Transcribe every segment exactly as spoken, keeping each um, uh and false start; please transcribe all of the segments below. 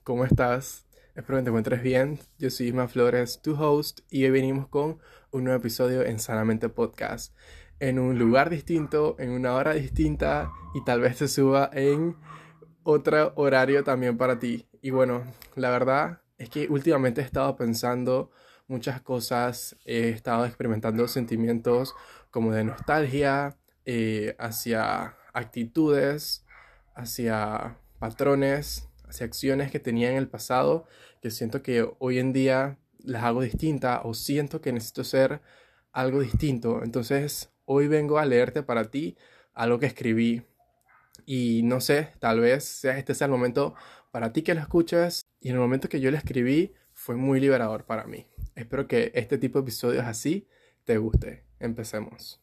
¿cómo estás? Espero que te encuentres bien. Yo soy Isma Flores, tu host, y hoy venimos con un nuevo episodio en Sanamente Podcast. En un lugar distinto, en una hora distinta, y tal vez se suba en otro horario también para ti. Y bueno, la verdad es que últimamente he estado pensando muchas cosas, he estado experimentando sentimientos como de nostalgia eh, hacia actitudes, hacia patrones, hacia acciones que tenía en el pasado, que siento que hoy en día las hago distintas o siento que necesito ser algo distinto. Entonces, hoy vengo a leerte para ti algo que escribí y no sé, tal vez sea este sea el momento para ti que lo escuches. Y en el momento que yo lo escribí fue muy liberador para mí. Espero que este tipo de episodios así te guste. Empecemos.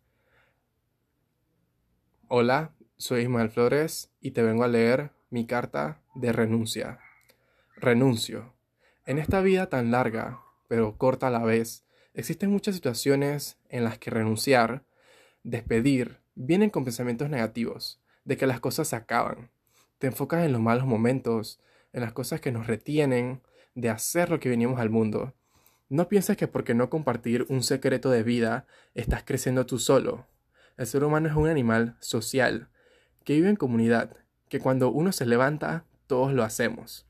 Hola, soy Ismael Flores y te vengo a leer mi carta de renuncia. Renuncio. En esta vida tan larga, pero corta a la vez, existen muchas situaciones en las que renunciar, despedir, vienen con pensamientos negativos, de que las cosas se acaban. Te enfocas en los malos momentos, en las cosas que nos retienen de hacer lo que venimos al mundo. No pienses que porque no compartir un secreto de vida estás creciendo tú solo. El ser humano es un animal social, que vive en comunidad, que cuando uno se levanta, todos lo hacemos.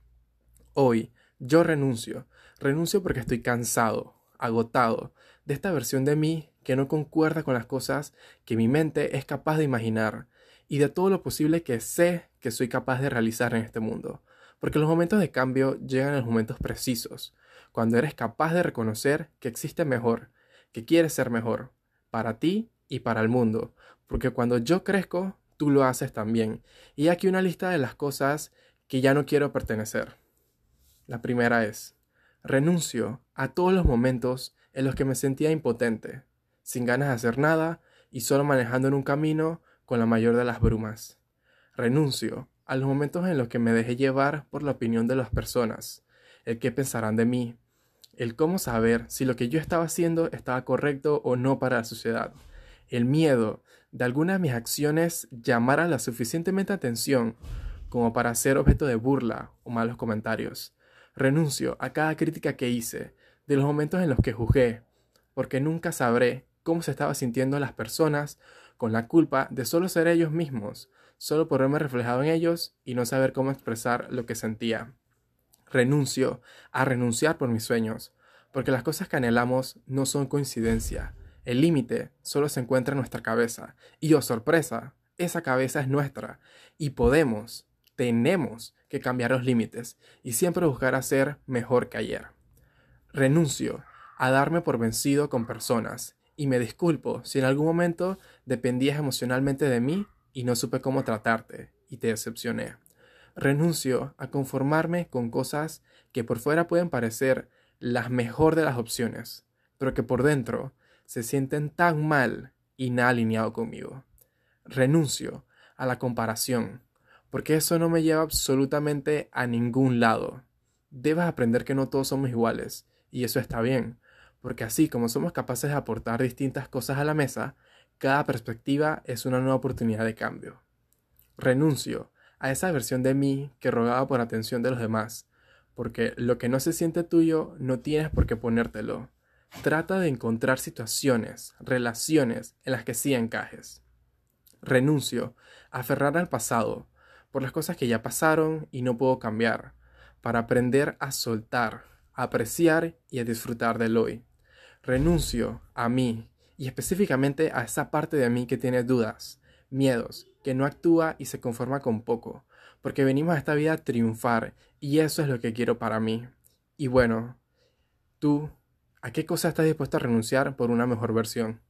Hoy, yo renuncio. Renuncio porque estoy cansado, agotado, de esta versión de mí que no concuerda con las cosas que mi mente es capaz de imaginar y de todo lo posible que sé que soy capaz de realizar en este mundo. Porque los momentos de cambio llegan en los momentos precisos, cuando eres capaz de reconocer que existe mejor, que quieres ser mejor, para ti y para el mundo. Porque cuando yo crezco, tú lo haces también. Y aquí una lista de las cosas que ya no quiero pertenecer. La primera es, renuncio a todos los momentos en los que me sentía impotente, sin ganas de hacer nada y solo manejando en un camino con la mayor de las brumas. Renuncio a los momentos en los que me dejé llevar por la opinión de las personas, el qué pensarán de mí, el cómo saber si lo que yo estaba haciendo estaba correcto o no para la sociedad, el miedo de alguna de mis acciones llamaran la suficientemente atención como para ser objeto de burla o malos comentarios. Renuncio a cada crítica que hice, de los momentos en los que juzgué, porque nunca sabré cómo se estaban sintiendo las personas con la culpa de solo ser ellos mismos, solo por verme reflejado en ellos y no saber cómo expresar lo que sentía. Renuncio a renunciar por mis sueños, porque las cosas que anhelamos no son coincidencia. El límite solo se encuentra en nuestra cabeza. Y oh sorpresa, esa cabeza es nuestra. Y podemos, tenemos que cambiar los límites y siempre buscar hacer mejor que ayer. Renuncio a darme por vencido con personas y me disculpo si en algún momento dependías emocionalmente de mí y no supe cómo tratarte y te decepcioné. Renuncio a conformarme con cosas que por fuera pueden parecer las mejor de las opciones, pero que por dentro se sienten tan mal y nada alineado conmigo. Renuncio a la comparación, porque eso no me lleva absolutamente a ningún lado. Debes aprender que no todos somos iguales, y eso está bien, porque así como somos capaces de aportar distintas cosas a la mesa, cada perspectiva es una nueva oportunidad de cambio. Renuncio a esa versión de mí que rogaba por atención de los demás, porque lo que no se siente tuyo no tienes por qué ponértelo. Trata de encontrar situaciones, relaciones en las que sí encajes. Renuncio a aferrar al pasado, por las cosas que ya pasaron y no puedo cambiar, para aprender a soltar, a apreciar y a disfrutar del hoy. Renuncio a mí, y específicamente a esa parte de mí que tiene dudas, miedos, que no actúa y se conforma con poco, porque venimos a esta vida a triunfar, y eso es lo que quiero para mí. Y bueno, tú, ¿a qué cosa estás dispuesto a renunciar por una mejor versión?